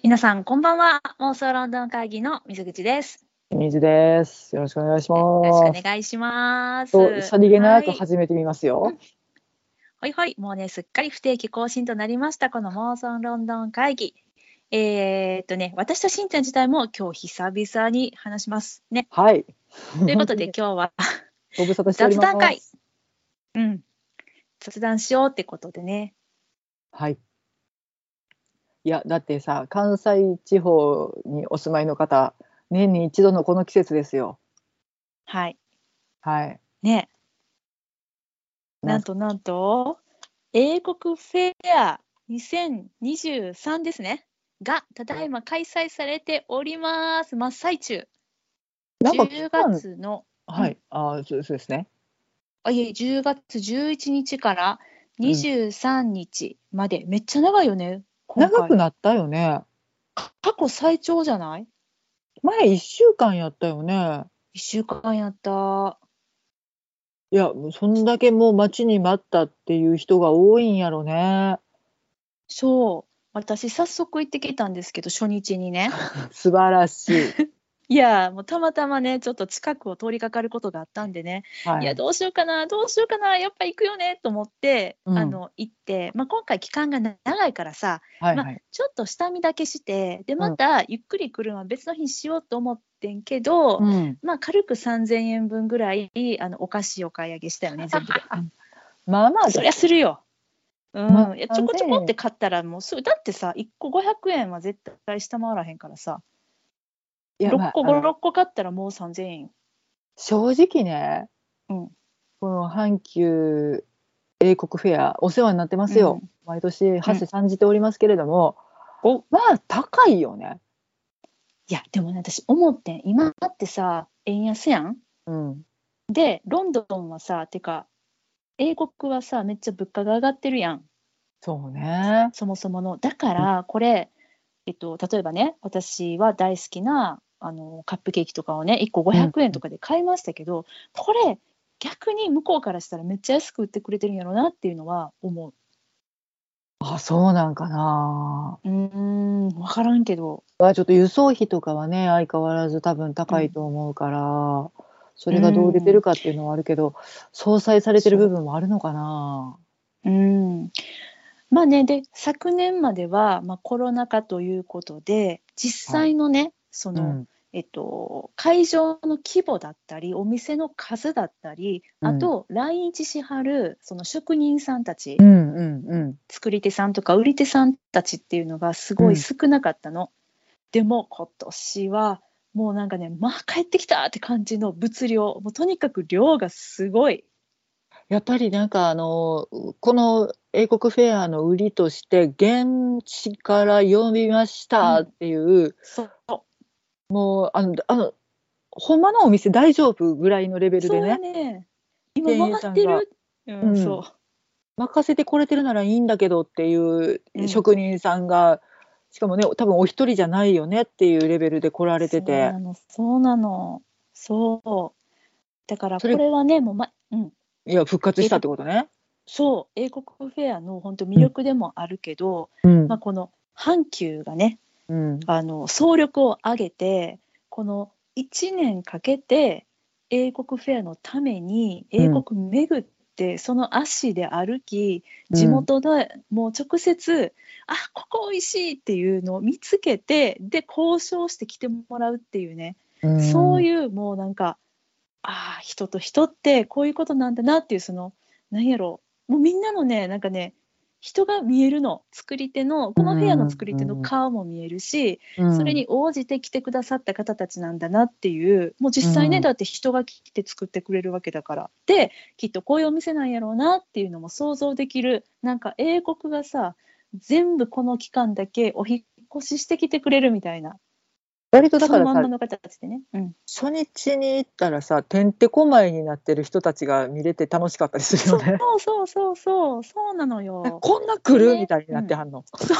皆さんこんばんは。妄想ロンドン会議の水口です。 水です。よろしくお願いしよろしくおます。 願いしまと、 す。 さりげなくはい。 始めてみますよ。 ほいほい。もうね、すっかり不定期更新となりました。この妄想ロンドン会議。私としんちゃん自体も今日久々に話しますね。 はい。 ということで本当に今日はご無沙汰しており雑談会。 ます。 雑談しようってことでね。 はい。いや、だってさ、関西地方にお住まいの方、年に一度のこの季節ですよ。 はい。 はい。 ね。なな、 んとなんと、英国フェア2023ですね。が、ただいま開催されております。真っ最中。 なんか期 10 間、 月の、 はい。そうですね。 10月11日からうん。 23日まで。めっちゃ長いよね、今回。 長くなったよね。 過去最長じゃない？ 前1週間やったよね。 1 週間やった。 いや、そんだけもう待ちに待ったっていう人が多いんやろね。 そう。私、早速行ってきたんですけど、初日にね。 素晴らしい。 いや、もうたまたまね、ちょっと近くを通りかかることがあったんでね、いや、 はい。 どうしようかな、どうしようかな、やっぱ行くよねと思って、 うん。 行って、今回期間が長いからさ、 はいはい。 ちょっと下見だけして、で、 うん。 またゆっくり来るのは別の日にしようと思ってんけど、 うん。 軽く3000円分ぐらい、お菓子お買い上げしたよね、全部で。 まあまあそりゃですよ。 するよ。 まあ、 いや、ちょこちょこ 3000円、 って買ったらもうすぐ、だってさ、1個500円は絶対下回らへんからさ、 いや、 6個、6個買ったらもう3000円。 正直ね、 うん。 この阪急英国フェア、お世話になってますよ。 うん。 毎年、 うん。 馳せ参じておりますけれども、 お、 まあ、高いよね。 いや、でもね、私思ってん。今ってさ、円安やん。 うん。 で、ロンドンはさ、てか、英国はさ、めっちゃ物価が上がってるやん。 そうね。 そもそもの。だから、これ、例えばね、私は大好きな、カップケーキとかをね、1個500 うん。 円とかで買いましたけど、これ、逆に向こうからしたらめっちゃ安く売ってくれてるんやろなっていうのは思う。 あ、そうなんかな。 わからんけど。 ちょっと輸送費とかはね、相変わらず多分高いうん。 と思うから、そうれがどう出てるん。 かっていうのはあるけど、相殺されてる部そ分もあるのかな。 う。うん。まあね、で、昨年までは、コロナ禍ということで、実はい。 際のね、 うん。 会場の規模だったり、お店の数だったり、 うん。 あと、来日しはる、その職人さんたち、 うんうんうん。 作り手さんとか売り手さんたちっていうのがすごいうん。 少なかったの。でも、今年は、もうなんかね、帰ってきたって感じの物量、もうとにかく量がすごい。 やっぱりなんかこの英国フェアの売りとして、現地から呼びましうん、 たっていう、 そう。 もうほんまのお店大丈夫ぐらいのレベルでそうやね、 ね。今店員回さんが、 ってる。うん、そうん、任せてこれてるならいいんだけどっていうう。うん。 職人さんが、しかもね、多分お一人じゃないよねっていうレベルで来られてて、 そうなの、そうなの。そう。だからそれ、 これはね、 いや、復活したっ英国、 てことね。 そう、英国フェアの本当魅うん、 力でもあるけど、 うん、 この阪急がね、 うん、 総力を挙げて、この1年かけて、英国フェアのために、 うん、 英国巡って、その足で歩き、地うん、 元でもう直接、あ、ここ美味しいっていうのを見つけて、で、交渉して来てもらうっていうね、 うん。 そういうもうなんか、人と人ってこういうことなんだなっていう、なんやろもうみんなのね、なんかね、人が見えるの。作り手の、 うこの部屋の作り手のん、 顔も見えるし、 うん、 それに応じて来てくださった方たちなんだなっていう、もう実際ね、 うん。 だって人が来て作ってくれるわけだから。で、きっとこういうお店なんやろうなっていうのも想像できる。なんか英国がさ、全部この期間だけお引っ越ししてきてくれるみたいな。 割とだからさ、 そのまんまの形でね。うん。 初日に行ったらさ、てんてこまいになってる人たちが見れて楽しかったりするよそね。 うそうそうそう、そうなのえ、 よ。 こんな来でね、 るみたいにうん、 なってはんの。 そう、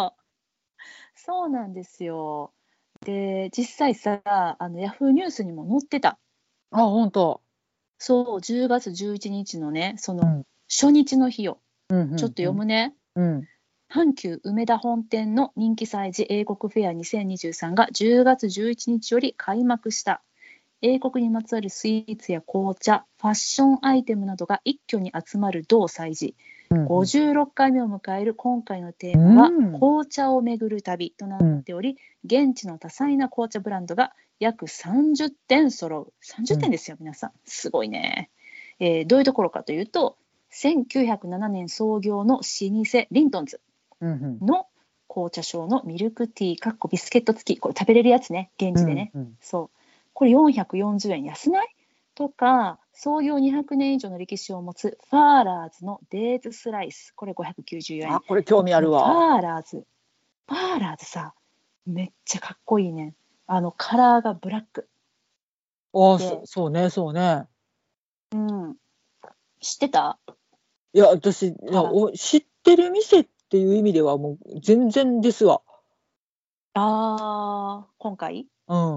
そうなんですよ。で、実際さ、ヤフーニュースにも載ってた。 あ、本当。 そう、10月11日のね、そのうん、 初日の日よ。 うん、うん、 ちょっとうん、 読むね。 うん、 阪急梅田本店の人気催事英国フェア2023が10月11日より開幕した。英国にまつわるスイーツや紅茶、ファッションアイテムなどが一挙に集まる同催事。56回目を迎える今回のテーマは、紅茶を巡る旅となっており、現地の多彩な紅茶ブランドが約30店揃う。30店ですよ、皆さん。すごいね。どういうところかというと、1907年創業の老舗リントンズの紅茶ショーのミルクティービスケット付き、これ食べれるやつね、現地でね。そう。これ440円安ないとか、創業200年以上の歴史を持つファーラーズのデーツスライス、これ590円。 これ興味あるわ。 ファーラーズさ、めっちゃかっこいいね。カラーがブラック。 そうね。 うん。知ってた？ いや、私知ってる店っていう意味ではもう全然ですわ。 今回？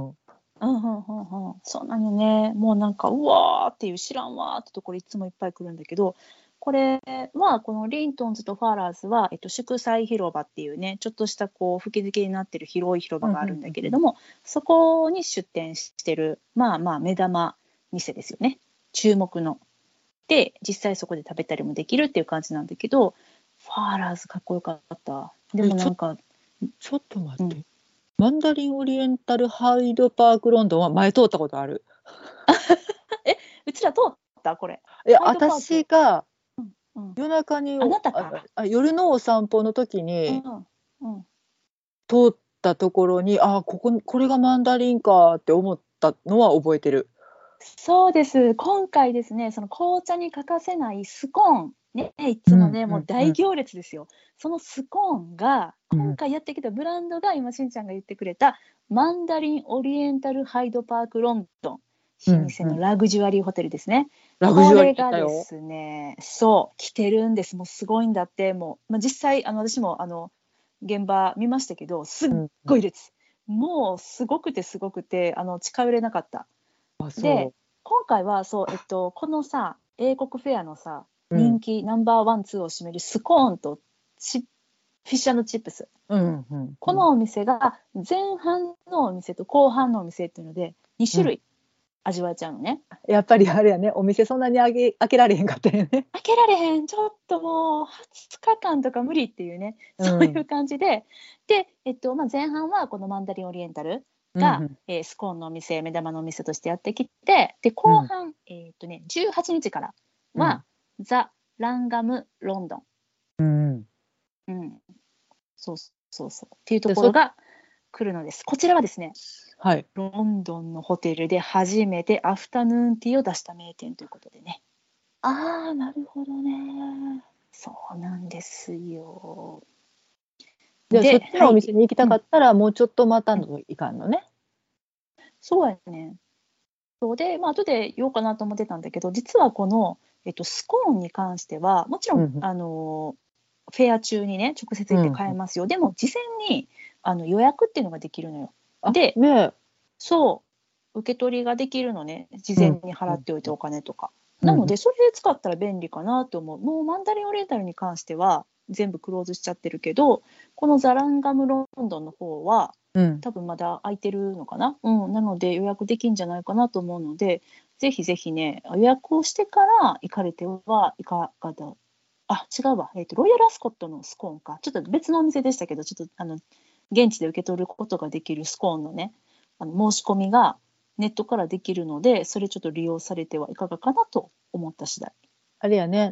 そうなんよね。もうなんかうわーっていう知らんわーってところいつもいっぱい来るんだけど、これはこのリントンズとファーラーズは、祝祭広場っていうね、ちょっとした吹き抜けになってる広い広場があるんだけれども、そこに出店してる目玉店ですよね。注目の。で、実際そこで食べたりもできるっていう感じなんだけど、ファーラーズかっこよかった。でもなんかちょっと待って。マンダリンオリエンタルハイドパークロンドンは前通ったことある。 うちら通ったこれ。 私が夜中に、 あなたか。 夜のお散歩の時に通ったところに、これがマンダリンかって思ったのは覚えてる。 そうです。今回ですね、その紅茶に欠かせないスコーンね、いつもね、もう大行列ですよ。そのスコーンが今回やってきたブランドが、今しんちゃんが言ってくれたマンダリンオリエンタルハイドパークロンドン、老舗のラグジュアリーホテルですね。これがですね、来てるんです。もうすごいんだって。もう、実際私も現場見ましたけど、すっごい列。もうすごくて近寄れなかった。で、今回はこのさ、英国フェアのさ、人気ナンバーワン、ツーを占めるスコーンとフィッシュ&チップス。このお店が前半のお店と後半のお店っていうので2種類味わえちゃうのね。 やっぱりあれやね、お店そんなに開けられへんかったよね。 開けられへん、ちょっともう20日間とか無理っていうね、そういう感じで、で、前半はこのマンダリンオリエンタルが、スコーンのお店、目玉のお店としてやってきて、で後半、18日からは、ザ・ランガム・ロンドン。そうっていうところが来るのです。こちらはですね、ロンドンのホテルで初めてアフタヌーンティーを出した名店ということでね。 なるほどね。 そうなんですよ。 で、そっちのお店に行きたかったら、もうちょっと待たんといかんのね。 そうやね。そうで、後で言おうかなと思ってたんだけど、実はこの、スコーンに関してはもちろん、フェア中にね直接行って買えますよ。でも事前に予約っていうのができるのよ。で、受け取りができるのね、事前に払っておいてお金とか。なのでそれで使ったら便利かなと思う。もうマンダリンオリエンタルに関しては全部クローズしちゃってるけど、このザランガムロンドンの方は多分まだ空いてるのかな。なので予約できんじゃないかなと思うので、ぜひぜひね、予約をしてから行かれてはいかがだ。違うわ、ロイヤルアスコットのスコーンか。ちょっと別のお店でしたけど、ちょっと現地で受け取ることができるスコーンのね、申し込みがネットからできるので、それちょっと利用されてはいかがかなと思った次第。 あれやね、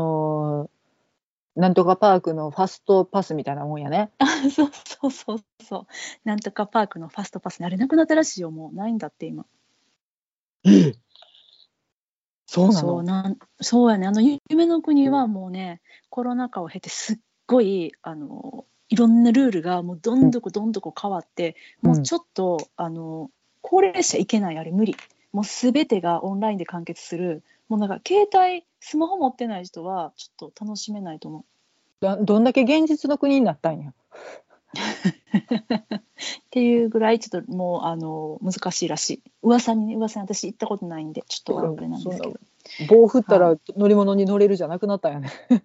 なんとかパークのファストパスみたいなもんやね。 そう。なんとかパークのファストパス、あれなくなったらしいよ。もうないんだって今。 そうなの？ そうやね。夢の国はもうね、コロナ禍を経てすっごいいろんなルールがもうどんどこ変わって、もうちょっと高齢者いけない、あれ無理。もうすべてがオンラインで完結する。もうなんか携帯スマホ持ってない人はちょっと楽しめないと思う。どんだけ現実の国になったんや。 っていうぐらいちょっともう難しいらしい。噂に私行ったことないんでちょっとあれなんですけど。 棒振ったら乗り物に乗れるじゃなくなったんやね。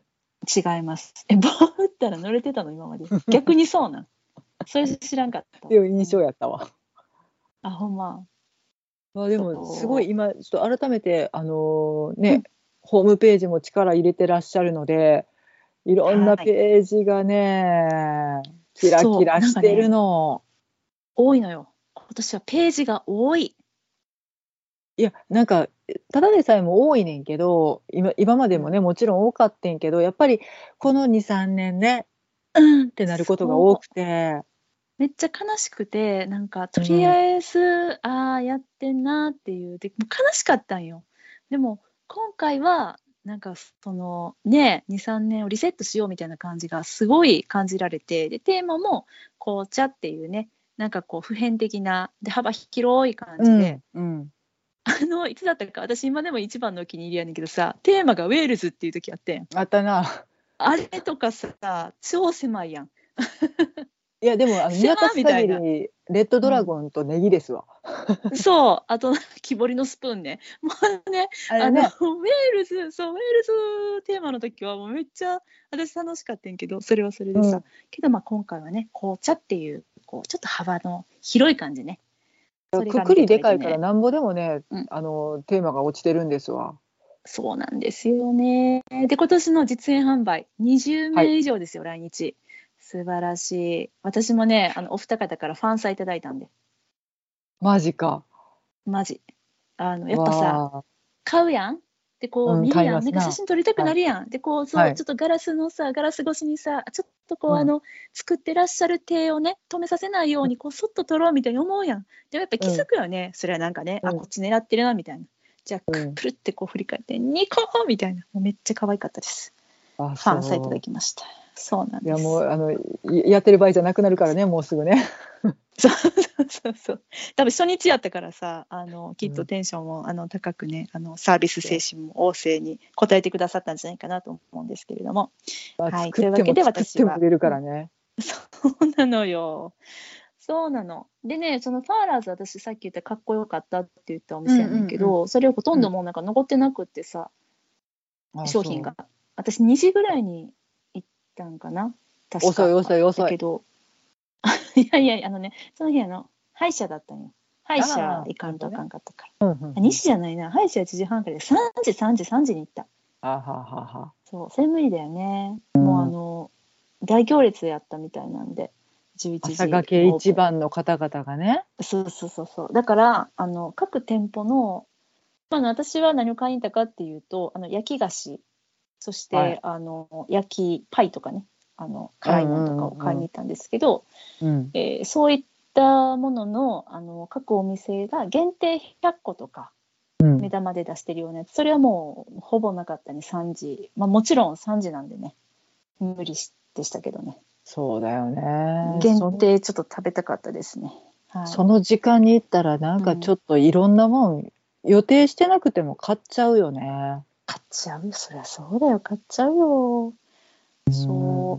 違います。棒打ったら乗れてたの今まで。逆にそうなん。それ知らんかった。 っていう印象やったわ。 あ、ほんま。 でもすごいそ今ちょっと改めてう。うん。 ホームページも力入れてらっしゃるので、いろんなはい。 ページがねキラキそう。 ラしてるの。 多いのよ。今年はページが多い。 いやなんかただでさえも多いねんけど、今までもねうん。 もちろん多かってんけど、やっぱりこの23年ねうんってなることが多くそう。 て、 めっちゃ悲しくて、なんか、とりうん、 あえず、ああ、やってんなっていう、で、もう悲しかったんよ。でも、今回は、なんか、その、ね、2、3年をリセットしようみたいな感じがすごい感じられて、で、テーマも、紅茶っていうね、なんかこう、普遍的な、で、幅広い感じで、 うん、うん。 いつだったか、私今でも一番のお気に入りやねんけどさ、テーマがウェールズっていう時あってん。 あったな。 あれとかさ、超狭いやん。 いやでも見渡狭すみたいな。 限りレッドドラうん。 ゴンとネギですわ。 そう、あと、木彫りのスプーンね。もうね、ウェあれね。 ールズ、そう、ウェールズテーマの時は、もうめっちゃ私楽しかったんけど、それはそれでさ。 うん。 けど、まあ今回はね、紅茶っていう、こう、ちょっと幅の広い感じね。それくくりが見て取でかいかられてね。 なんぼでもね、 うん、 テーマが落ちてるんですわ。 そうなんですよね。で、今年の実演販売、20 はい。 名以上ですよ、来日。素晴らしい。私もね、お二方からファンサいただいたんで、 マジか。 マジ。やっぱさ、 わあ。 買うやん。で、こううん、 見るやん。なんか写買いますな。 真撮りたくはい。 なるやん。で、こう、そう、 はい。 ちょっとガラスのさ、ガラス越しにさ、ちょっとこう、 うん。 作ってらっしゃる手をね、止めさせないように、こう、そっと撮ろうみたいに思うやん。でもやっぱ気づうん。 くよね。それはなんかね、あ、こうん。 っち狙ってるな、みたいな。じゃあ、 うん。 くるってこう振り返って、ニコーみたいな。もうめっちゃ可愛かったです。 あ、 ファンさせていただそきました。そうなんう。いやもうです。 やってる場合じゃなくなるからね、もうすぐね。 そうそうそうそう。多分初日やったからさ、きっとうん。 テンションも高くね、サービス精神も旺盛に応えてくださったんじゃないかなと思うんですけれども。 まあ、 はい。 作ってもというわけで私は、 作っても売れるかうん、 らね。 そうなのよ。そうなの。でね、そのファーラーズ、私さっき言ったかっこよかったって言ったおうん店やねんけうんど、それをほとんうん。 どもうなんか残ってなくってさ、 あ、 商品が。 そう。 私2時ぐらいに行ったんかな確か。 遅い遅い遅い。 だけど、いやいや、その日歯医者だったんよ。歯医者ああ、 行かんとあかなるほどね。 んかったから。 うんうんあ、 うん。 2時じゃないな。歯医者は1時半からで、3時に行った。 あははは。 そう、それ無理だよね。もううん。 大行列やったみたいなんで、11 朝が時け一のオープン。 番の方々がね。 そうそうそうそう。だから、各店舗の、私は何を買いに行ったかっていうと、焼き菓子、そしはい。 て、焼きパイとかね、辛いものとかを買いに行ったんですけど、 うん。 そういったものの、各お店が限定100個とか、 うん。 目玉で出してるようなやつ、それはもうほぼなかったね、3時。まあもちろん3時なんでね、無理でしたけどね。 そうだよね。 限定ちょっと食べたかったですね。はい。 その時間に行ったらなんうん。 かちょっといろんなもん予定してなくても買っちゃうよね。 買っちゃうよ。そりゃそうだよ。買っちゃうよ。 うん。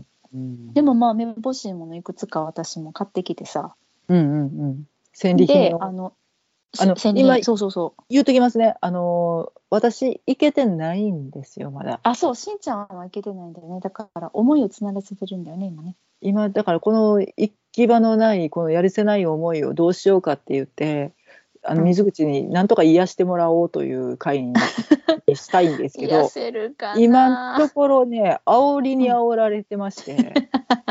そう。 うん。 でもまあ、めぼしいものいくつか私も買ってきてさ。 うんうんうん。戦利で、 品を。 戦利品。 今そうそうそう。 言うときますね。私行けてないんですよ、まだ。 あ、そう、しんちゃんは行けてないんだよね。だから思いをつながせてるんだよね、今ね。 今だからこの行き場のないこのやるせない思いをどうしようかって言って、 うん。 水口になんとか癒してもらおうという会にしたいんですけ癒ど、 せるか今のな。 ところね、煽りうん。 に煽られてまして、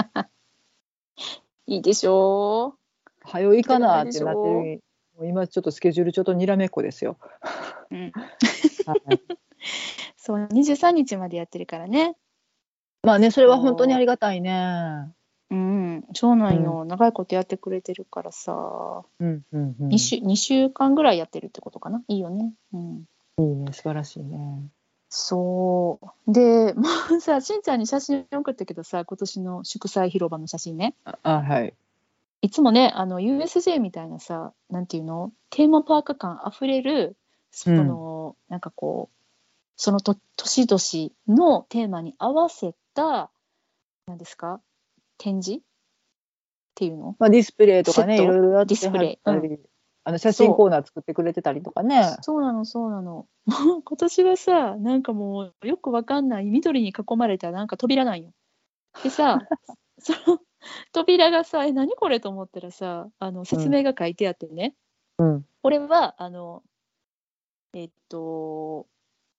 いいでしょう。 早よ行行きたくないでかなってしょなってる、もう今ちょっとスケジュールちょっとにらめっこですよ。 う。うん。 はい。 そう、23日までやってるからね。 まあね、それは本当にあそりがたいね。 う。うん。そうなうん、 んよ。長いことやってくれてるからさ。 うん、うん、うん。 2週間ぐらいやってるってことかな。いいよね。うん。 いいね、素晴らしいね。 そう。で、もうさ、しんちゃんに写真送ったけどさ、今年の祝祭広場の写真ね。 はい。 いつもね、USJ みたいなさ、なんていうの、テーマパーク感あふれる、 うん。 なんかこう、その年々のテーマに合わせた、何ですか、展示っていうのまあ、ディスプレイとかね、いろセットいろやってはっディスプレイ。うん。 たり、 写真コーナー作ってくれてたりとかね。 そうなの、そうなの。もう今年はさ、なんかもうよくわかんない緑に囲まれたなんか扉なんよ。でさ、その扉がさ、何これと思ったらさ、説明が書いてあってね、 うん。 これは、えっと、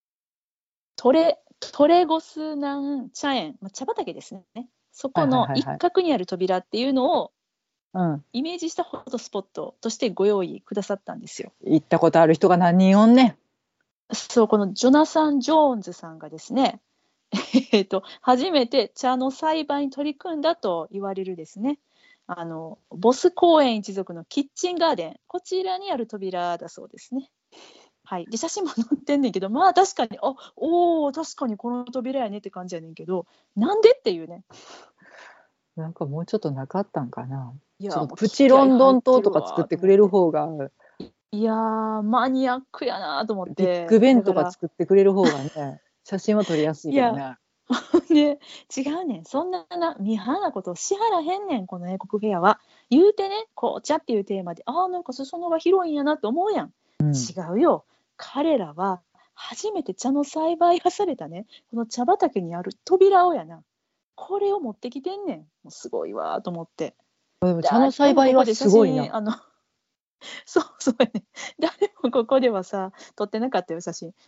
トレゴス南茶園、茶畑ですね。そはいこの一はいはいはい。 角にある扉っていうのをうん。 イメージしたフォトスポットとしてご用意くださったんですよ。 行ったことある人が何人おんねそう、このジョナサン・ジョーンズさんがですね、初めて茶の栽培に取り組んだと言われるですね、ボス公園一族のキッチンガーデン、こちらにある扉だそうですね。はい、で写真も載ってんねんけど、まあ確かに、確かにこの扉やねって感じやねんけど、なんでっていうね。 なんかもうちょっとなかったんかな。 いや、もうちょっとプチロンド気合入っン島とか作ってるわてくれると思って。 方が、 いやー、マニアックやなと思っビッグて。 ベンとかだから、 作ってくれる方がね、写真は撮りやすいいや、 けどね。 ね、違うねん。そんな見はなことしはらへんねん、この英国フェアは。言うてね、紅茶っていうテーマで、なんか裾野が広いんやなと思うやん。 うん。 違うよ。彼らは初めて茶の栽培がされたね、この茶畑にある扉をやな。これを持ってきてんねん。もうすごいわと思って。 でも茶の栽培は誰もここで写真、 すごいな。 そうそうやね。誰もここではさ、撮ってなかったよ、写真。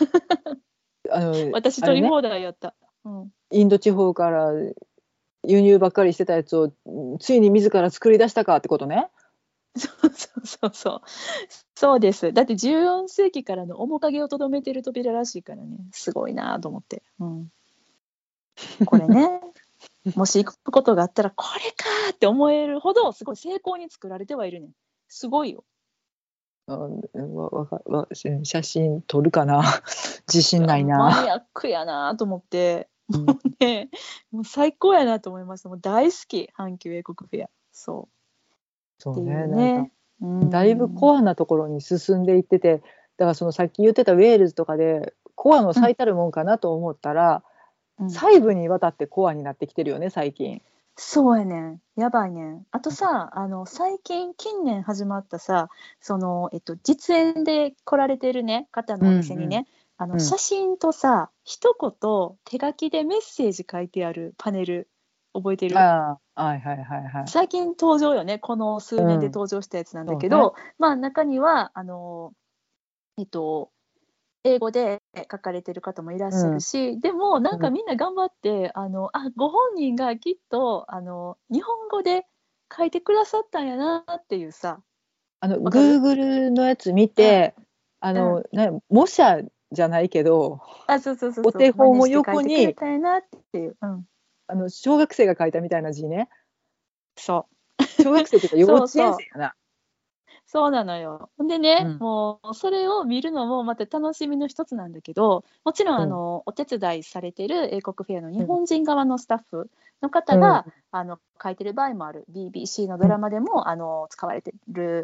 私撮りあれね、 放題やった。うん。 インド地方から輸入ばっかりしてたやつをついに自ら作り出したかってことね。 そうそうそうそう。そうです。だって14世紀からの面影をとどめてる扉らしいからね、すごいなと思って。うん。これね、もし行くことがあったら、これかって思えるほど、すごい精巧に作られてはいるねん。すごいよ。 写真撮るかな。自信いや、 ないな。 マニアックやなと思って、 うん、 ね、もう最高やなと思いました。もう大好き、阪急英国フェア。そうっていそうね、なんかうね。うだいぶん。 コアなところに進んでいってて、だからそのさっき言ってたウェールズとかでコアのうん。 最たるもんかなと思ったら、 うん。 細部にわたってコアになってきてるよね最近。 そうやねん。やばいねん。あとさ、最近、近年始まったさ、実演で来られてるね、方のお店にね、 うん写真とさ、一言、手書きでメッセージ書いてあるパネル、覚えてる？ ああ、はいはいはいはい。 最近登場よね、この数年でうん、 登場したやつなんだそうね。 けど、まあ、中には、えっと、英語で書かれてる方もいらっしゃるうん、 し、でもなんうん。 かみんな頑張って、ご本人がきっと日本語で書いてくださったんやなっていうさ、わかる？ Google のやつ見うんて、 うん。 模写じゃないけど、 そうそうそうおそう、 手本を真似して書いてくれ横にたんやなっていう。うん。 小学生が書いたみたいな字ね。 そう。 小学生っていうか幼稚園そうそう。 生やな。 そうなのよ。ほんでね、 うん、 もうそれを見るのもまた楽しみの一つなんだけど、もちろんうん、 お手伝いされてる英国フェアの日うん、 本人側のスタッフのうん、 方が書いてる場合もある。 BBC のドうん、 ラマでも使われてる、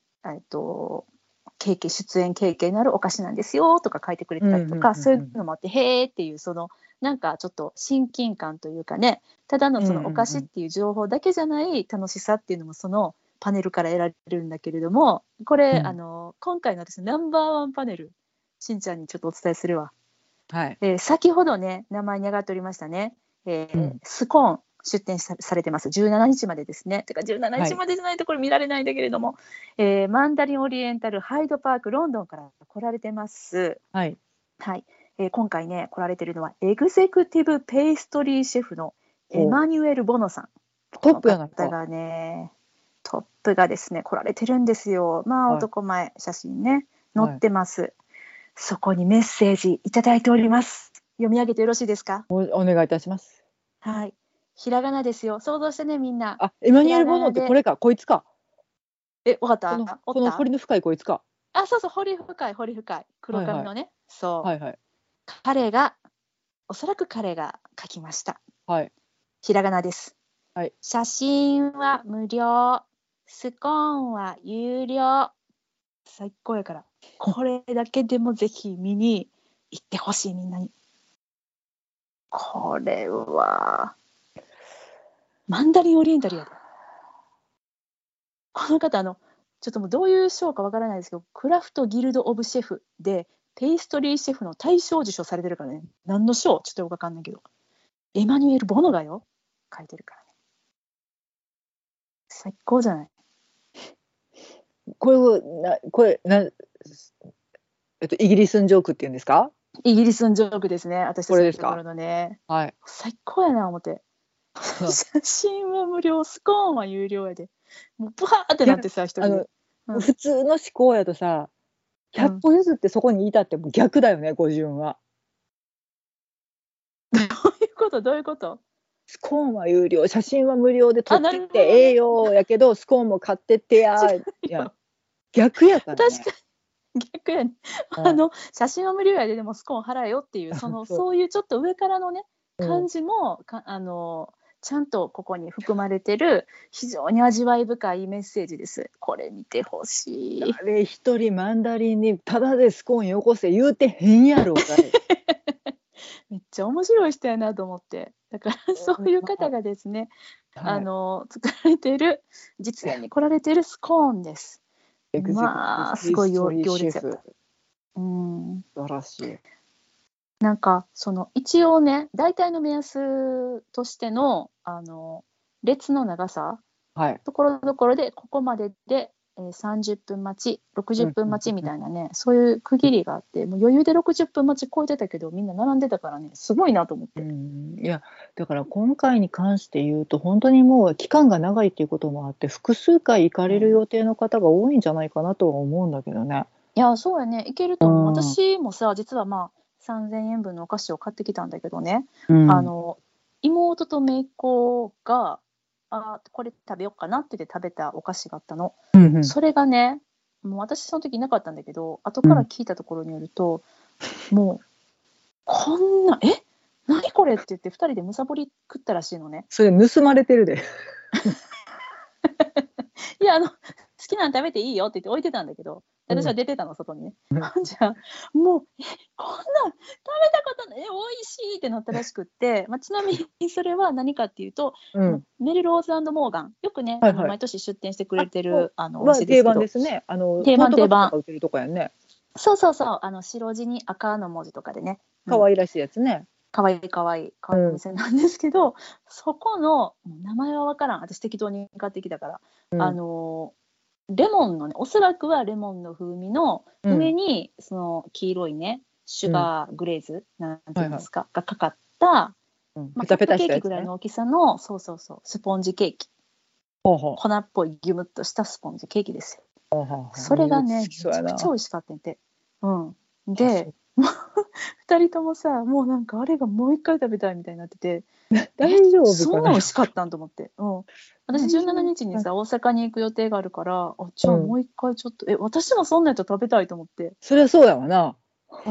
出演経験のあるお菓子なんですよとか書いてくれうん、 てたりとか、 うん、 そういうん、 うのもあって、へーっていう、なんかちょっと親近感というかね、ただのそのお菓子っていう情報だけじゃない楽しさっていうのもそのパネルから得られるんだけれども、これうん。 今回の私ナンバーワンパネル、しんちゃんにちょっとお伝えするわ。 はい。 先ほどね、名前に上がっておりましたね、 うん。 スコーン出店されてます。17日までですね。てか17 はい。 日までじゃないとこれ見られないんだけれども、マンダリンオリエンタルハイドパークロンドンから来られてます。 はい。 はい。今回ね、来られてるのはエグゼクティブペイストリーシェフのエお、 マニュエル・ボノさん。こトッのプやないか。 方がね、トップがですね、来られてるんですよ。まあ、 はい。 男前、写真ね、載っはい。 てます。そこにメッセージいただいております。読み上げてよろしいですか？ お願いいたします。 はい。ひらがなですよ。想像してね、みんな。 あ、エマひらニュエル・ボノがなで。 ってこれか、こいつか。 わかった？おった？ この彫りの深いこいつか。 そうそう、掘り深い、掘り深い。黒はいはい。 髪のね。そう。 はいはい。 おそらく彼が書きました。 はい。 ひらがなです。 はい。 写真は無料。スコーンは有料。最高やから。これだけでもぜひ見に行ってほしい、みんなに。これは、マンダリンオリエンタルやで。この方、 ちょっともうどういう賞かわからないですけど、クラフトギルド・オブ・シェフでペイストリーシェフの大賞を受賞されてるからね。何の賞ちょっとよくわかんないけど、エマニュエル・ボノがよ書いてるからね。最高じゃない。 これイギリスンジョークっていうんですか？ イギリスのジョークですね。私たちのこれですか？ ところのね。 はい。 最高やな思って。写真は無料、スコーンは有料やで。もうブワーっていや、 なってさ、一人で。うん、 普通の思考やとさ、100歩譲ってそこにいたってもう逆だよね、語順は。 どういうことどういうこと？ スコーンは有料、写真は無料で撮あ、 ってっなるほどね。 てええよやけど、スコーンも買ってってや。いや、逆やからね。 確かに逆やね。 うん、 写真は無料やで、でもスコーン払えよっていう、 そう。 そういうちょっと上からのね、 うん、 感じもちゃんとここに含まれてる非常に味わい深いメッセージです。これ見てほしい。 誰一人マンダリンにタダでスコーンよこせ言うてへんやろがい。 めっちゃ面白い人やなと思って。だからそういう方がですね、 はい。 作られている、実演に来られているスコーンです。 エグゼクティブまあ、すペーごい行ストリーシェフ。 列やった。うん。 素晴らしい。 なんか、一応ね、大体の目安としての、列の長さ、 はい。 ところどころで、ここまでで、30分待ち、60 うん分待ちみたいなね、そういう区切りがあって、もう余裕で60分待ち超えてたけど、みんな並んでたからね、すごいなと思っうて。 ん、いや、だから今回に関して言うと、本当にもう期間が長いっていうこともあって、複数回行かれるうん、 予定の方が多いんじゃないかなとは思うんだけどね。 いや、そうやね、いけると思う。 うん。う私もさ、実はまあ、3000円分のお菓子を買ってきたんだけどね、あん。 の、妹と姪っ子が、これ食べようかなって言って食べたお菓子があったの。 うんうん。 それがね、もう私その時いなかったんだけど、後からうん。 聞いたところによると、もう、こんな、何これって言って2人でむさぼり食ったらしいのね。 それ盗まれてるで。 いや、好きなの食べていいよって言って置いてたんだけど、 うん。 私は出てたの、外にね。じゃあ、もう、こんなん食べたことない、美味しいってなったらしくって、ちなみにそれは何かっていうと、 うん。 メルローズモーガン、よくね、 はいはい。 毎年出店してくれあ、 てるおは定店ですけど、 番ですね。 定トートバッグと番定番。 か売ってるとこやんね。 そうそうそう、白地に赤の文字とかでね、 可愛らしいやつね。 かわいいかわいいかわいいおうん。 店なんですけど、そこの名前は分からん、私適当に買ってきたから、 うん。 あのレモンのね、おそらくはレモンの風味のうん。 上にその黄色いね、シュうん。 ガーグレーズなんてはいはい。 いうんですか、がかかった、 うん。ペカップタペタケーキぐらいしたやつね。 の大きさの、そうそうそう、スポンジケーキ、 ほうほ粉っぽいギュムっとしたスポンジケーキですよ。 う。ほうほうほう。 それがね、 好きめちゃくちゃそうやな。 美味しかったんで、うん。 あ、そで、2人ともさ、もうなんかあれがもう一回食べたいみたいになってて、 う。大丈夫そんなかな。 美味しかったんと思って。うん。私17 大丈夫かな。 日にちにさ、大阪に行く予定があるから、じゃあもうん。 う一回ちょっと、私もそんなやつ食べたいと思って。 そりゃそうやわな。 うん、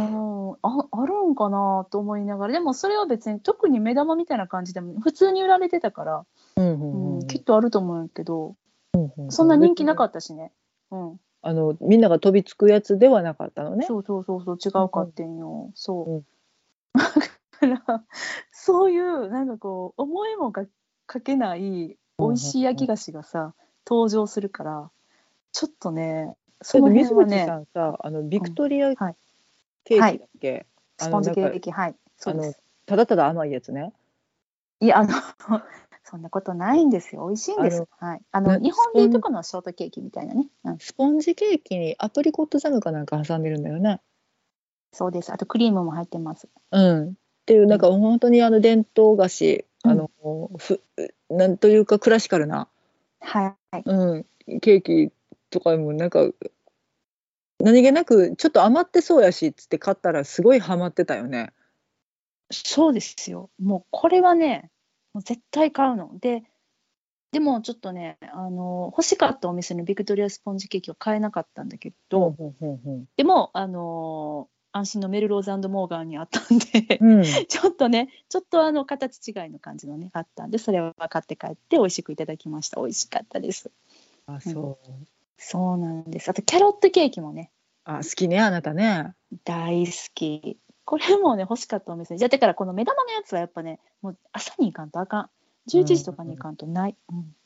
あるんかなと思いながら、でもそれは別に特に目玉みたいな感じでも、普通に売られてたから、 うんうんうんきっとあると思うんやけど、 うんうん。 そんな人気なか別にったしね。うん。 みんなが飛びつくやつではなかったのね。 そうそうそうそう、違うんうかってんよ。そう。 うんだからそういうなんかこう思いもかけない美味うんうんうん。 しい焼き菓子がさ登場するから、ちょっとねそだっての辺水口さはね、 んさ、ビうん、 クトリアはいケーキはい、 だっけ？ スポンジなんか、 ケーキ、はいそあの、 うです。 ただただ甘いやつね。 いやそんなことないんですよ、美味しいんです。はい、日スポン、 本でいうとこのショートケーキみたいなね、うん、 スポンジケーキにアプリコットジャムかなんか挟んでるんだよね。 そうです。あとクリームも入ってます。 うん。っていう、なんかうん、 本当に伝統菓子、 うん、 ふ、なんというかクラシカルな、 はい。 うん、ケーキとかもなんか何気なくちょっと余ってそうやしっつって買ったらすごいハマってたよね。 そうですよ。もうこれはね、もう絶対買うの。でもちょっとね、欲しかったお店のビクトリアスポンジケーキは買えなかったんだけど、 ほうほうほうほう。 でも、安心のメルローズモーガンにあったんで、 うん。 ちょっとね、ちょっと形違いの感じのね、あったんで、それは買って帰って美味しくいただきました。美味しかったです。 あ、 うん、 そう。 そうなんです。あと、キャロットケーキもね、 あ、好きね、あなたね。 大好き。これもね、欲しかったお店。じゃあ、だからこの目玉のやつはやっぱね、もう朝に行かんとあかん。11 うん。 時とかに行かんとない。うん、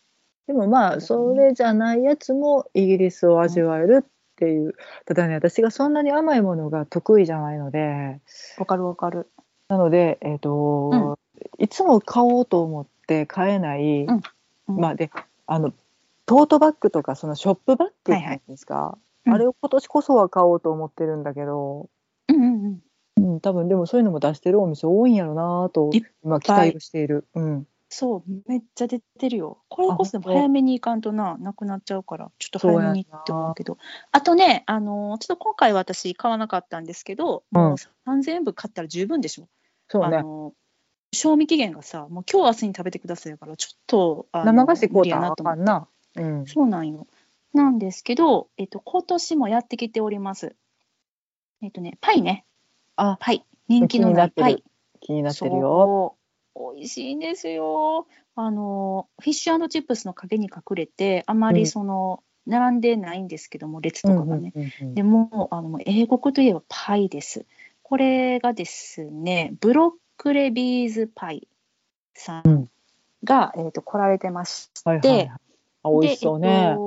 でもまあそれじゃないやつもイギリスを味わえるっていう、ただね私がそんなに甘いものが得意じゃないので、 わかるわかる。 なので、 うん。 いつも買おうと思って買えない、 うん。うん。 まあでトートバッグとかそのショップバッグっていうんですか、 うん。 あれを今年こそは買おうと思ってるんだけど、 うんうんうん。 うん、多分でもそういうのも出してるお店多いんやろなといっ今期ぱい。 待をしている。うん。 そう、めっちゃ出てるよ。これあ、 こそでも早本当。 めに行かんとなくなっちゃうから、ちょっとそうやん早めにって思うな。 けど。あとね、ちょっと今回私買わなかったんですけど、もううん。 3000円分買ったら十分でしょ。 そうね。 あの、賞味期限がさ、もう今日明日に食べてくださいから、ちょっと、 生菓子買無理やうたらあなと思って。 かんな。うん。 そうなんよ。なんですけど、今年もやってきております。パイね。 あ、 パイ。人気気のになってる。 ないパイ。 気になってるよ。 そう。美味しいんですよ。フィッシュチップスの陰に隠れて、あまりうん。 並んでないんですけども、列うんうんとかがね。 うんうん。 でも、英国といえばパイです。これがですね、ブロックレビーズパイさんうん。 が、来られてましはいはいて、 はい。あ、美味しで、 そうね。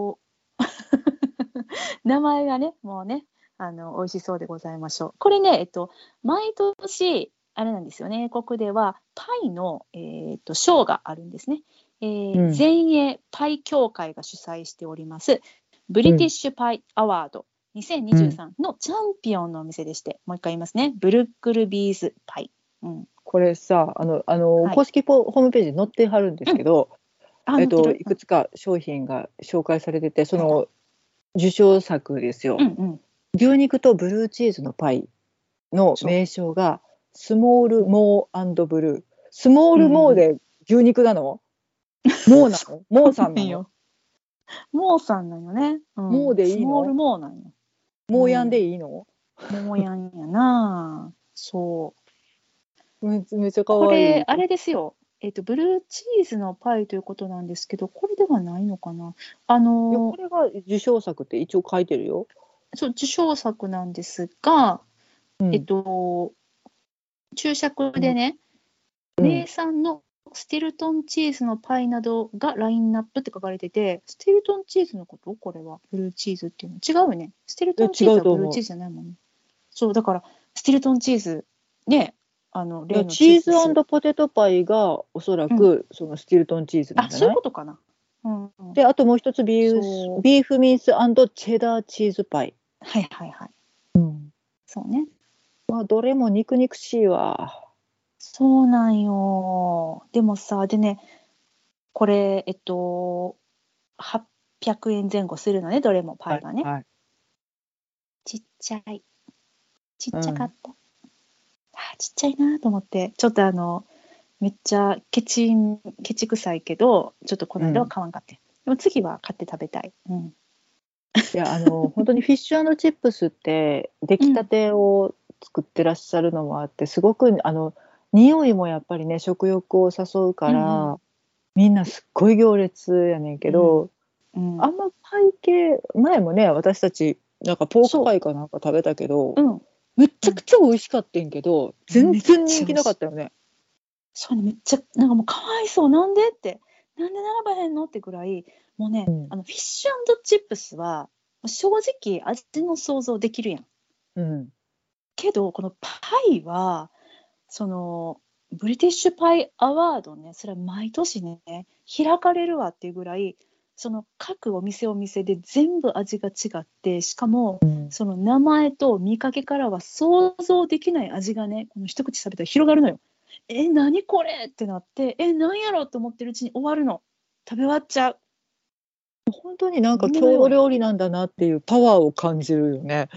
名前がね、もうね、美味しそうでございましょう。これね、毎年、あれなんですよね、英国ではパイの、賞があるんですね。 うん。 全英パイ協会が主催しております、ブリティッうん。 シュパイアワードうん。 2023のチャンピオンのお店でして、もう一回言いますね、ブルックルビーズパイ。うん、 これさ、 はい。 公式ホームページに載ってはるんでうん。 すけど、 あ、乗ってる。うん。 いくつか商品が紹介されてて、そはいはい。 の受賞作ですよ。 うんうん。 牛肉とブルーチーズのパイのそ名称がスモーう。うんルモーブルー。スモーうんうんうん。 ルモーで牛肉なの？モーなその？モーうさんなの？ なんよ。モーさんなんよね。うモーん。スモールでいいの？ モーなんよ。うモーヤンでん。 いいの？ モーヤンやな。そう。 めっちゃ可これ、 愛い。 あれですよ。ブルーチーズのパイということなんですけど、これではないのかな。 いや、これが受賞作って一応書いてるよ。 そう、受賞作なんですが、 うん。 注釈うん。 でね、 うん。 名産のスティルトンチーズのパイなどがラインナップって書かれてて、スティルトンチーズのことこれは、ブルーチーズっていうの。違うよね。スティルトンチ違ーズはブルーチーうと思う。 ズじゃないもんね。そう、だから、スティルトンチーズ、ね、 いや、 例のチチーップス。 ズポテトパイがおそらうん。 くそのスティルトンチーズなんあ、そういうじゃない？ ことかな。うん、うん。 で、あともう一つそう。 ビーフミンスチェダーチーズパイ。 はいはいはい。 うん。 そうね。 まあ、どれも肉肉しいわ。 そうなんよ。でもさ、でね、これ、800円前後するのね、どれもパはい、 イがね。 はい。 ちっちゃい。ちっうん。 ちゃかった。ちっちゃいなと思って、ちょっとめっちゃケチくさいけど、ちょっとこの間はうん。 買わんかって。でも次は買って食べたい。うん。 いや、本当にフィッシュチップスって出うん。 来たてを作ってらっしゃるのもあって、すごく匂いもやっぱりね、食欲を誘うかうんうん。 ら、みんなすっごい行列やねんけうん。 ど、 うん。 あんまパイ系、前もね、私たちなんかポークそパイかなんか食べたけど、 う。うん。 めっちうん。 ゃくちゃ美味しかったんけど、全めっ然人気ちゃ美味しい。 なかったよね。 そうね、めっちゃ、なんかもうかわいそう。なんでって。なんで並ばへんのってぐらい、もうね、 うん。 フィッシュチップスは、正直味の想像できるやん。 うん。 けど、このパイは、その、ブリティッシュパイアワードね、それは毎年ね、開かれるわっていうぐらい、その各お店で全部味が違って、しかも、 うん。 その名前と見かけからは想像できない味がね、この一口食べたら広がるのよ。何これってなって、何やろうと思ってるうちに終わるの。食べ終わっちゃう。 本当になんか郷土夢のようや。 料理なんだなっていうパワーを感じるよね。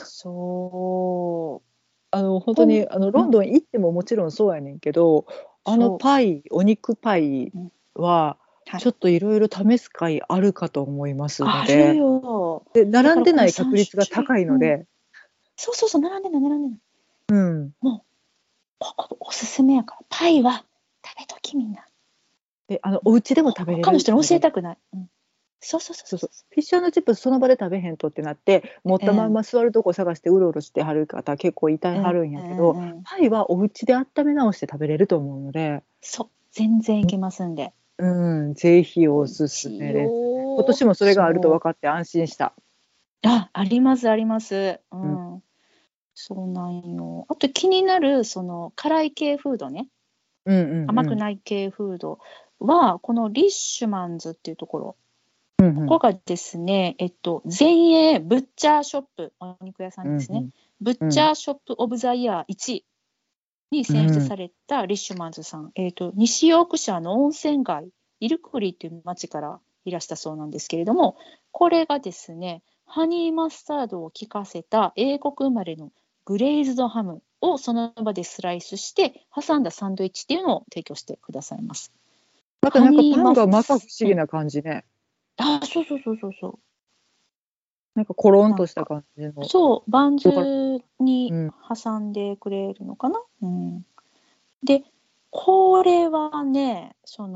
そう。 本当にうん、 ロンドン行ってももちろんそうやねんけど、 そパイ、お肉パイう。うん、 ははい。 ちょっといろいろ試す甲斐あるかと思いますのあるで、 よ。 で、 だ並んでないからこの3 確率が種類。 高いうん。 ので、 そうそうそう、並んでない、並んでない。 うん。 もう、ここおすすめやから。パイは食べときみんな。 で、お家でも食べれ他の人にるので、 教えたくない。うん。そうそうそうそうそう。 そうそフィッシュチップスその場で食べへんとってなって、持っう。うん。 たまんま座るとこ探してうろうろしてはる方結構いたうん。 はるんうやけど、 ん。うん。 パイはお家で温め直して食べれると思うので、 そう。全然いけますんで。 ぜひ美おす味しいすめです。今よ。 年もそれがあると分そかって安心した。 う。ありますあります。 うん。 そうなんよ。あと気になるその辛い系フードね。 うんうん甘くうん。 ない系フードはこのリッシュマンズっていうところ。 うんうん。 ここがですね、全英ブッチャーショップ、お肉屋さんですね。 うんブッうん。 チャーショップオブザイヤー1位にうん。 選出されたリッシュマンズさん。西ヨークシャーの温泉街、イルクリーっていう町からいらしたそうなんですけれども、これがですね、ハニーマスタードを効かせた英国生まれのグレイズドハムをその場でスライスして挟んだサンドイッチっていうのを提供してくださいます。 またハなんかパンニーマス、 がまか不思うん、 議な感じね。 そうそうそうそうそう。 なんかコロンとしたなんか、 感じの。 そう、バンだからズにうん。 挟んでくれるのかな。で、これはね、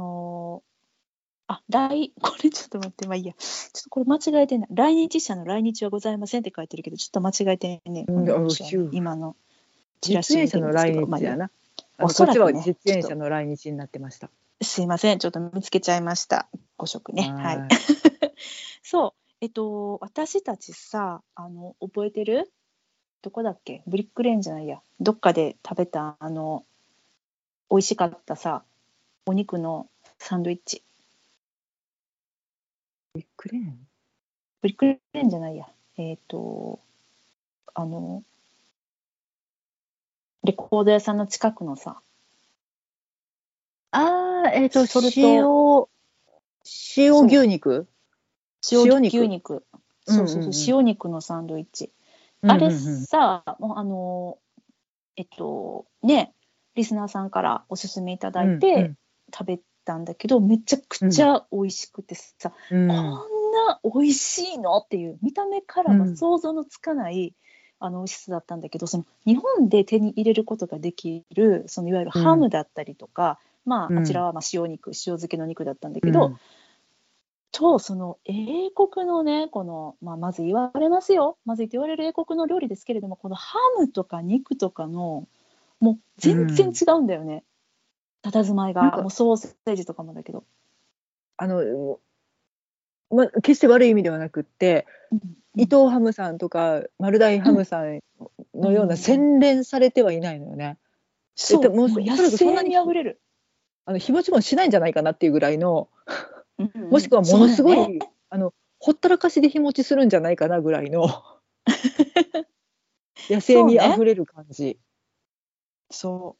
これちょっと待って、まあいいや。ちょっとこれ間違えてない。来日者の来日はございませんって書いてるけど、ちょっと間違えてね、この文章はね、今のチラ実演シ見者の来てるんですけど、まあいいや。 日やな。 おこっちはそらくね、 実演者ちょっとの来日になってました。 すいません、ちょっと見つけちゃいました。誤色ね。はい。 はい。 そう、私たちさ、覚えてるどこだっけブリックレーンじゃないや。どっかで食べた、美味しかったさ、お肉のサンドイッチ。 ビッグレーン。 ブリックレーンじゃないや。あの、レコード屋さんの近くのさ、 ああ、 ソルト、 塩そう、 牛肉。 塩塩肉。 牛肉。 うんそうそうそう、 うん塩肉のサンドイッチ。 うん。 あれうんうんうん。 さ、もうね、リスナーさんからおすすめいただういてんうん食べたんだけど、めちゃくうんちゃ美味しくてさ、 うこんんな美味しいのっていう、見た目からはうん想像のつかない美味しさだったんだけど、その日本で手に入れることができる、そのいわゆるハムだったりとか、まあ、あちらうんはまあ塩肉、塩漬けの肉だったんだけど、 うん。 その英国のね、この、まあ、まず言われますよ。まずいと言われる英国の料理ですけれども、このハムとか肉とかの、もう全然違うんだよね。佇まいが。もなんかうソーセージとかもだけど。 あの、決して悪い意味ではなくって、 うんうん伊藤ハムさんとか丸大ハムさんうんのようなうん、 洗練されてはいないのよね。もうそう、もう野おそらくそんな生ににあふれる。 日持ちもしないんじゃないかなっていうぐらいの、もしくはものそうだね。 すごいほったらかしで日持ちするんじゃないかなぐらいの野生そうね。 味あふれる感じ。 そう。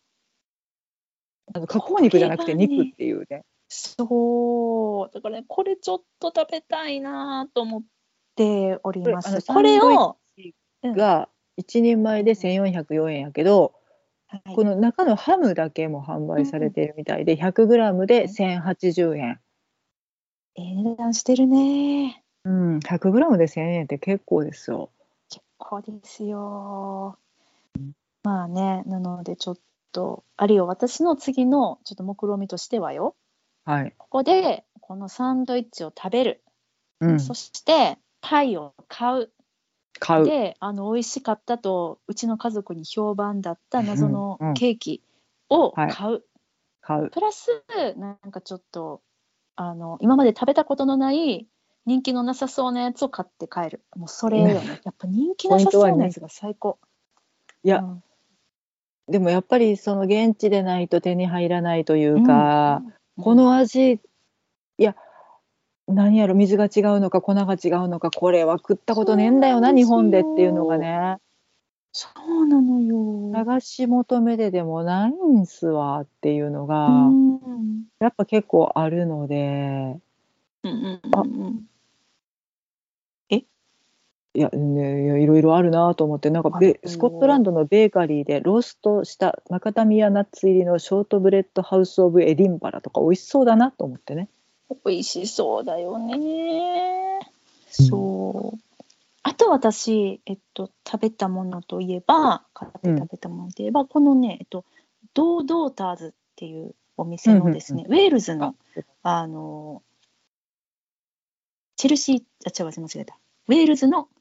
加工これ肉じゃなくて肉っがね、 ていうね。 そう。だからね、これちょっと食べたいなと思っておりこれます。こサンドイッれを、 チうん、 が1人前でうん、 1404円やけど、 はい。 この中のハムだけも販売されうん、 ているみたいで 100g ではい。 1080円。 値段してるね。 うん、100g で1000円って結構ですよ。 結構ですよ。まあね、なのでちょっと、あるいは私の次のちょっと目論見としてはよ、 はい。 ここでこのサンドイッチを食べる。そうん。 してパイを買う。 買う。 で、美味しかったと、うちの家族に評判だった謎うん。 のうん。 ケーキをはい。 買う。 買う。 プラス、なんかちょっと、今まで食べたことのない人気のなさそうなやつを買って帰る。もうそれよね。やっぱ人気なポインさトはね、 そうなやつが最高。 いや、 うん。 でもやっぱりその現地でないと手に入らないといううん。 か、こうん。 の味、いや、何やろ、水が違うのか粉が違うのか、これは食ったことねえそうんだよな、日なんです本でっていうのがよ。 ね、 そうなのよ。 探し求めてでもないんすわっていうのうが、 ん。 やっぱ結構あるので、 うんうんうあ、 んうん。え、 いや、ね、いやいろいろあるなと思って、なんかあるスコットランよ。 ドのベーカリーでローストしたマカダミアナッツ入りのショートブレッドハウス・オブ・エディンバラとか美味しそうだなと思ってね。 美味しそうだよね。 うん。 そう。あと私、食べたものといえば、買ってうん。 食べたものといえば、このね、ドードーターズっていうお店うん。うん。うん。 のですね、ウェールズあ、 の、あの、チェルシー、違う、間違えた。ウェールズの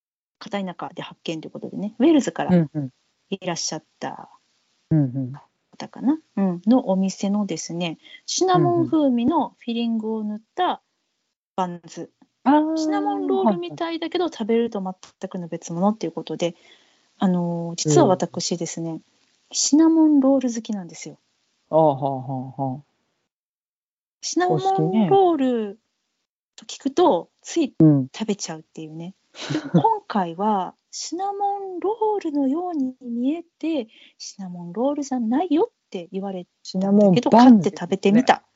片田舎で発見ということでね、ウェールズからうん。うん。 いらっしゃったうん。 ったかな、のお店のですね、シナモン風味のフィリングを塗ったバンズ。シナモンロールみたいだけど食べると全くの別物っていうことで、実は私ですね、シナモンロール好きなんですよ。シナモンロールと聞くとつい食べちゃうっていうね。でも今回はシナモンロールのように見えてシナモンロールじゃないよって言われたんだけど、買って食べてみた。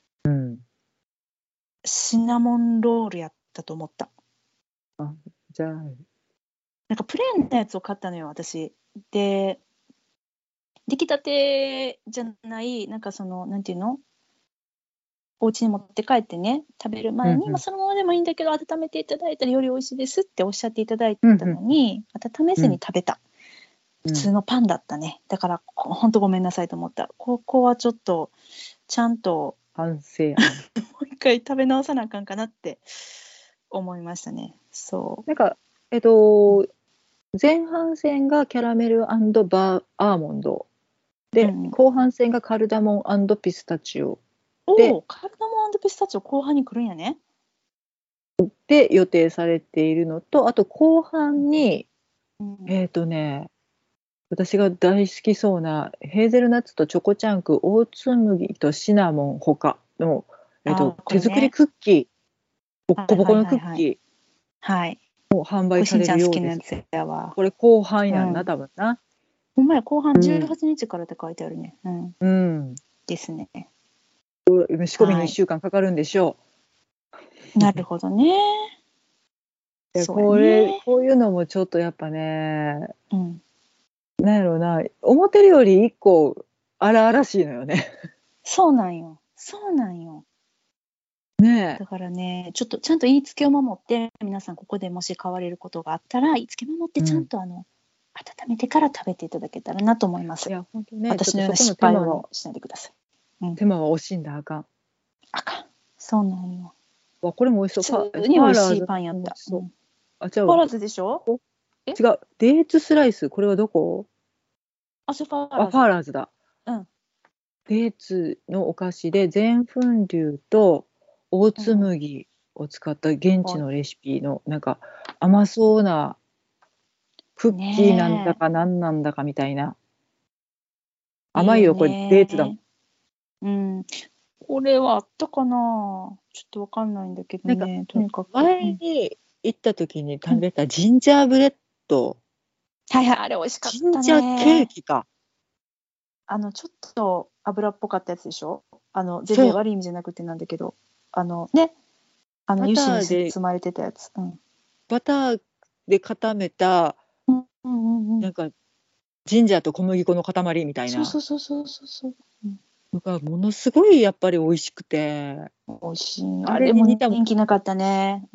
シナモンロールやったと思った。 じゃあなんかプレーンなやつを買ったのよ、私。で、出来たてじゃない、なんかその、なんていうの、お家に持って帰ってね、食べる前に、そのままでもいいんだけど、温めていただいたらより美味しいですっておっしゃっていただいたのに、温めずに食べた。普通のパンだったね。だから、本当ごめんなさいと思った。ここはちょっと、ちゃんと、 反省もう一回食べ直さなあかんかなって思いましたね。そう。 なんか、前半戦がキャラメル&アーモンドで、後半戦がカルダモン&ピスタチオで、 カルダモン&ピスタチオ後半に来るんやね。 で予定されているのと、あと後半に、私が大好きそうなヘーゼルナッツとチョコチャンク、オーツ麦とシナモンほかの、手作りクッキー、ボッコボコのクッキーも販売されるようです。これ後半やんな、多分な。 ほんまや、後半18日からって書いてあるね。ですね。 仕込みに1週間かかるんでしょう。なるほどね。 こういうのもちょっとやっぱね、なんやろうな、思ってるより1個荒々しいのよね。 そうなんよ。 ねえ。 だからね、ちょっとちゃんと言いつけを守って、皆さんここでもし買われることがあったら、言いつけ守ってちゃんと温めてから食べていただけたらなと思います。 いや、本当ね、 私のような失敗をしないでください。 手間は惜しんだらあかん。 そうなんよ。 わ、これも美味しそう。 普通に美味しいパンやった。 ファーラーズでしょ？ 違う、デーツスライス、これはどこ？ ファーラーズ。 ファーラーズだ。デーツのお菓子で全粉粒とオーツ麦を使った現地のレシピの、なんか甘そうなクッキーなんだか何なんだかみたいな。甘いよ、これデーツだもん。 これはあったかな、ちょっとわかんないんだけどね。とにかく前に行った時に食べたジンジャーブレッド、 あれ美味しかったね。 ジンジャーケーキか。 ちょっと油っぽかったやつでしょ。全然悪い意味じゃなくてなんだけど、油脂に包まれてたやつ。 バターで固めた、なんかジンジャーと小麦粉の塊みたいな。 そうがものすごいやっぱり美味しくて。 美味しい。あれも人気なかったね。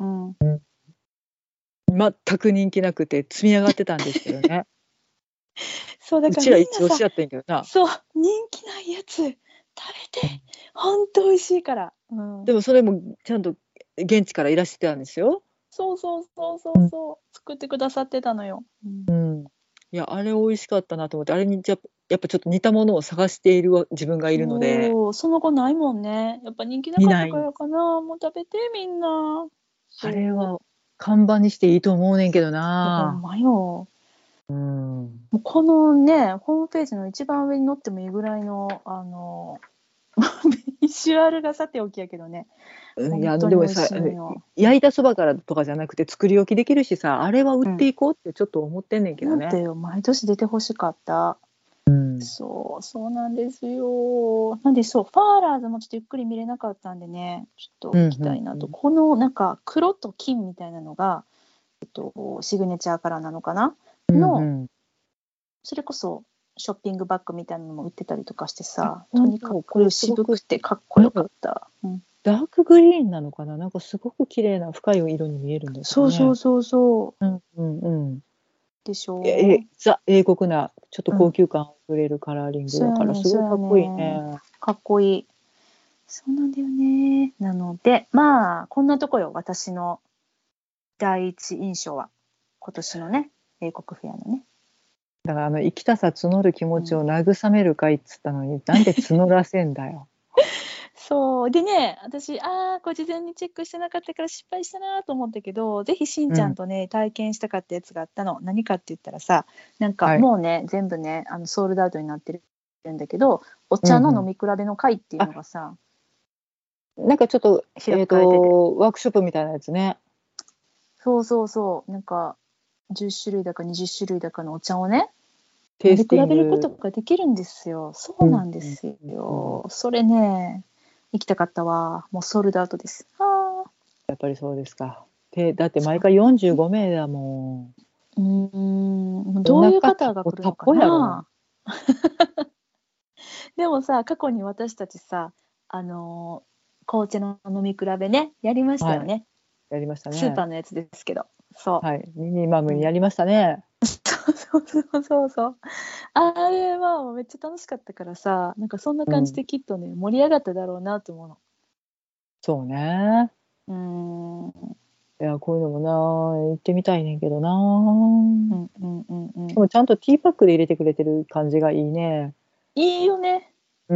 全く人気なくて積み上がってたんですけどね。 そうだからうちら一押しやってんけどな。 そう、人気ないやつ食べて、本当美味しいから。 でもそれもちゃんと現地からいらしてたんですよ。 そう、作ってくださってたのよ。 いや、あれ美味しかったなと思って、あれにやっぱちょっと似たものを探している自分がいるので。 その後ないもんね。やっぱ人気なかったからかな。もう食べてみんな。 あれは看板にしていいと思うねんけどな。 ほんまよ。もうこのね、ホームページの一番上に載ってもいいぐらいのビジュアルがさておきやけどね。 いや、でもさ、焼いたそばからとかじゃなくて作り置きできるしさ、あれは売っていこうってちょっと思ってんねんけどね。 思ってよ、毎年出てほしかった。そうなんですよ。なんでファーラーズもちょっとゆっくり見れなかったんでね、ちょっと行きたいなと。このなんか黒と金みたいなのが、シグネチャーカラーなのかなの、それこそショッピングバッグみたいなのも売ってたりとかしてさ、とにかくこれ渋くてかっこよかった。 ダークグリーンなのかな、なんかすごく綺麗な深い色に見えるんですよね。 そう。でしょ。 ザ英国なちょっと高級感あふれるカラーリングだからすごいかっこいいね。 かっこいい。そうなんだよね。なのでまあこんなとこよ、私の第一印象は今年のね英国フェアのね。 だから生きたさ募る気持ちを慰めるかいっつったのに、なんで募らせんだよ。 そうでね、私これ事前にチェックしてなかったから失敗したなと思ったけど、ぜひしんちゃんとね、体験したかったやつがあったの。何かって言ったらさ、なんかはい。 もうね全部ねソールドアウトになってるんだけど、お茶うんうん。 の飲み比べの会っていうあ、 のがさなんかちょっと、 開かれてて、 ワークショップみたいなやつね。 そうそうそう、なんか10種類だか20種類だかのお茶をね飲テイスティンみ比べることグ。 ができるんですよ。そううんなんでうんすうん。 よ。それね、行きたかったわ。もうソールドアウトです。 やっぱりそうですか。だって毎回そう。 45名だもん。夜どういう中方が来るのかタコタコやろ。 な。でもさ、過去に私たちさ、あの紅茶の飲み比べね、やりましたはい。 よね。 やりましたね。 スーパーのやつですけど。そはい。ミニマう。 ムにやりましたね。 そうそうそうそう。あれはもうめっちゃ楽しかったからさ、なんかそんなうん。 感じできっとね、盛り上がっただろうなと思うの。 そうね。 うーん。 いや、こういうのもな、行ってみたいねんけどな。 うんうんうんうん。 しかもちゃんとティーパックで入れてくれてる感じがいいね。 いいよね。 うん。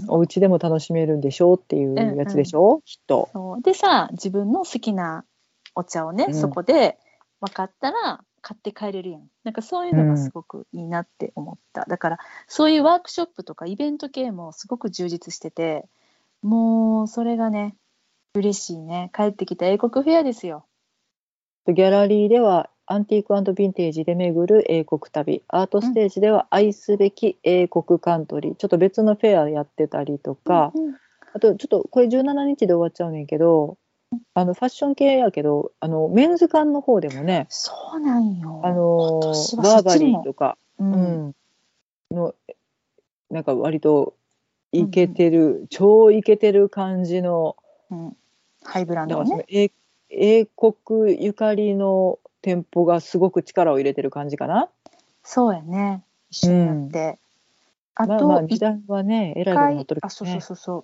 お家でも楽しめるんでしょうっていうやつうんうん。 でしょきっと。 そうでさ、自分の好きなお茶をね、そうん。 こで分かったら買って帰れるやん。なんかそういうのがすうん。 ごくいいなって思った。だからそういうワークショップとかイベント系もすごく充実してて、もうそれがね、嬉しいね。帰ってきた英国フェアですよ。 ギャラリーではアンティークヴィンテージで巡る英国旅、アートスうんテージでは愛すべき英国カントリー、ちょっと別のフェアやってたりとか、 うんうん。 あとちょっとこれ17日で終わっちゃうねんけど、ファッション系やけど、メンズ館の方でもね、 そうなんよ。今年はそバーバっちにも。 リーとか、 うん。 うん、の、なんか割とイケうんてる、超イケてる感じの、 うんうん。ハイブランだからドをね。 英国ゆかりの店舗がすごく力を入れてる感じかな。 そうやね。一緒になっうん。 て。あまあまあ、 と値段はね、えらいことになっとるけそうそうどね。 そうそう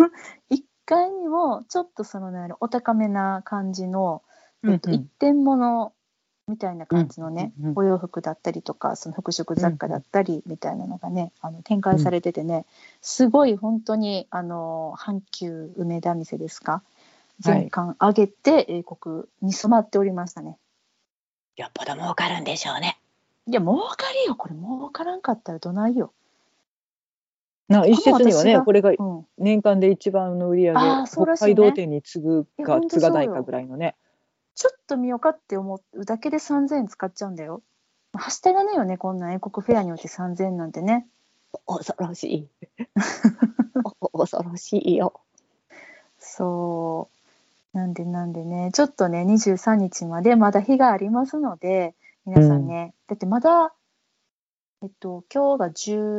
。1階にもちょっとそのね、お高めな感じの、一うんうん。 点物みたいなうん感じのね、 うんうんお洋服だったりとか、その服飾雑貨だっうんたりみたいなのがね、展開さうん。 れててね、すごい本当に阪急梅田店ですか、 はい。 全館上げて英国に染まっておりましたね。 よっぽど儲かるんでしょうね。 いや、儲かりよ、これ儲からんかったらどないよ。 一この説にはね、 私が、 これがうん。 年間で一番の売り上げ、 ああ、そう北らしいね。 海道店にいや、ほんと次がないかぐそうよ。 らいのね。 ちょっと見ようかって思うだけで3000円使っちゃうんだよ。はしたらねよね、こんなん英国フェアによって3000円なんてね。 恐ろしい。恐ろしいよ。 そう。なんでね、ちょっとね、23日までまだ日がありますので、皆さんうん。 ね、だってまだ、今日が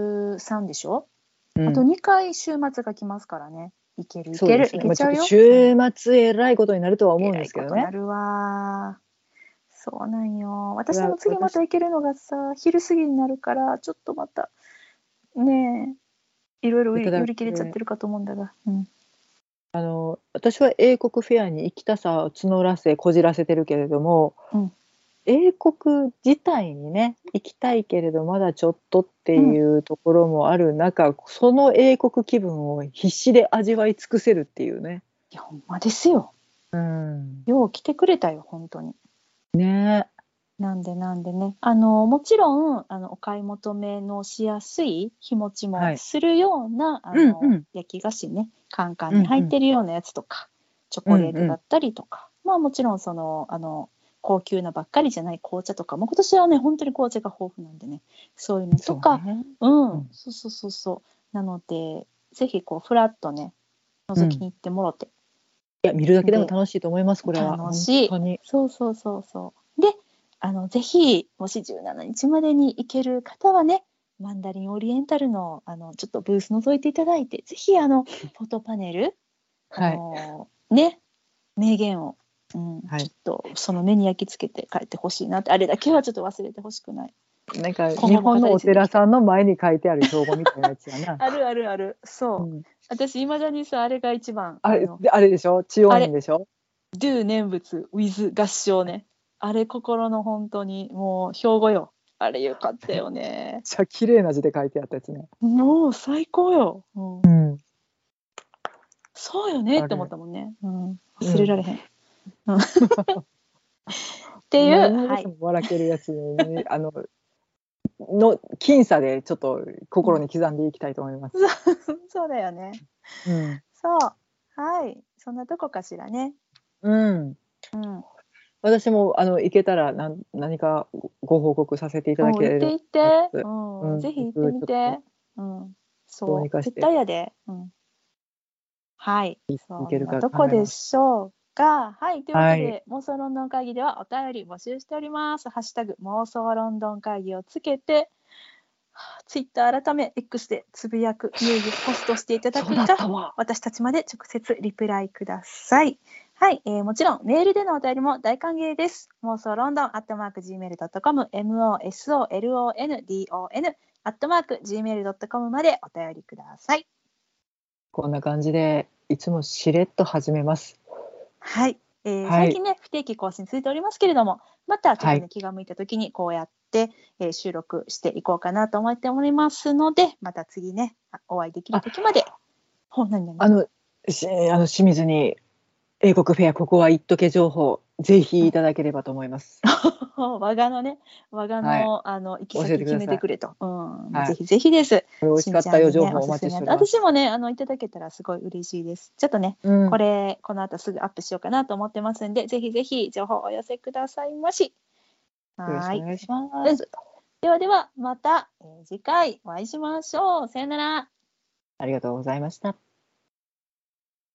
13でしょ。あとうん。 2回週末が来ますからね。いけるいける、いそうですね。まあ、ちょっとけちゃうよ。うん。 週末えらいことになるとは思うんえらいですけどね。 ことなるわ。そうなんよ。 ただ、 私でも次また行けるのがさ、昼過ぎになるから、ちょっとまた、ねえ、いろいろただ売り切れちゃってるかと思うんだが。うん。 私は英国フェアに行きたさを募らせ、こじらせてるけれども、 うん。 英国自体にね、行きたいけれどまだちょっとってうん。いいうところもある中、その英国気分を必死で味わい尽くせるっていうね。 や、ほんまですよ。 うん。 よう来てくれたよ、本当に。 ね。 なんでね、もちろん、お買い求めのしやすい日持ちもはい。 するような、 うんうん。 焼き菓子ね、カンカンに入っうんうん。 てるようなやつとか、チョコレーうんうん。 トだったりとか、まあもちろん高級なばっかりじゃない紅茶とかも、今年はね、本当に紅茶が豊富なんでね、そういうのとか、 そうね。うんそうそうそうそう。なので、ぜひフラッとね、 うん。 覗きに行ってもろて。 いや、見るだけでもで、 楽しいと思います、これは。本楽しい。 当に。 そうそうそうそう。で、ぜひ、もし17日までに行ける方はね、マンダリンオリエンタルの、ちょっとブース覗いていただいて、ぜひ、フォトパネル、 はい。 ね、名言を、ちょっはい。 とその目に焼き付けて帰ってほしいなって、あれだけはちょっと忘れてほしくない。 なんか、 今後も語日本のおり継いでいきたい。 寺さんの前に書いてある標語みたいなやつやな。 あるあるある。そう。 うん。 私、いまだにさ、あれが一番、 あれでしょ千あれ、 代院でしょ。 Do 念仏 with 合唱ね。あれ心の本当にもう標語よ。 あれよかったよね。 めっちゃ綺麗な字で書いてあったやつね。 もう最高よ。うんうん。 そうよねって思ったもんね。忘れられへん。っていう、 今でも笑けるやつに、の僅差でちょっと心に刻んでいきたいと思います。 そうだよね。 うん。 そう。はい。そんなとこかしらね。 うん。 うん。 私も行けたら何かご報告させていただけ行ってれば行って。 と思います。 ぜひ行ってみて。そう。絶どうにかして対やで。はい。そいけるかんなとこで考えます。 しょうか。はい。というわけはい。 で、妄想ロンドン会議ではお便り募集しております。ハッシュタグ妄想ロンドン会議をつけて、ツイッター改め X でつぶやく、いえいえポストしていただくそうだったか、 わ。 私たちまで直接リプライください。はい、もちろんメールでのお便りも大歓迎です。妄想ロンドン@gmail.com、mosolondon@gmail.com までお便りください。 こんな感じでいつもしれっと始めます。 はい、 はい最近ね不定期更新続いておりますけれども、またちょっとね、 はい気が向いた時にこうやって、収録していこうかなと思っておりますので、また次ねお会いできる時まで。何清水に英国フェアここは言っとけ情報ぜひいただければと思います。 我がのね、我がはいの、行き教え先決てください。 めてくれと。 はいぜひぜひです。 これ美味しかったよ情報お待ちしております。 私もね、いただけたらすごい嬉しいです。ちょっとね、この後すぐアップしようかなと思ってますんで、ぜひぜひ情報をお寄せくださいまし。 よろしくお願いしはます。 ではでは、また、次回お会いしましょう。さよなら。 ありがとうございました。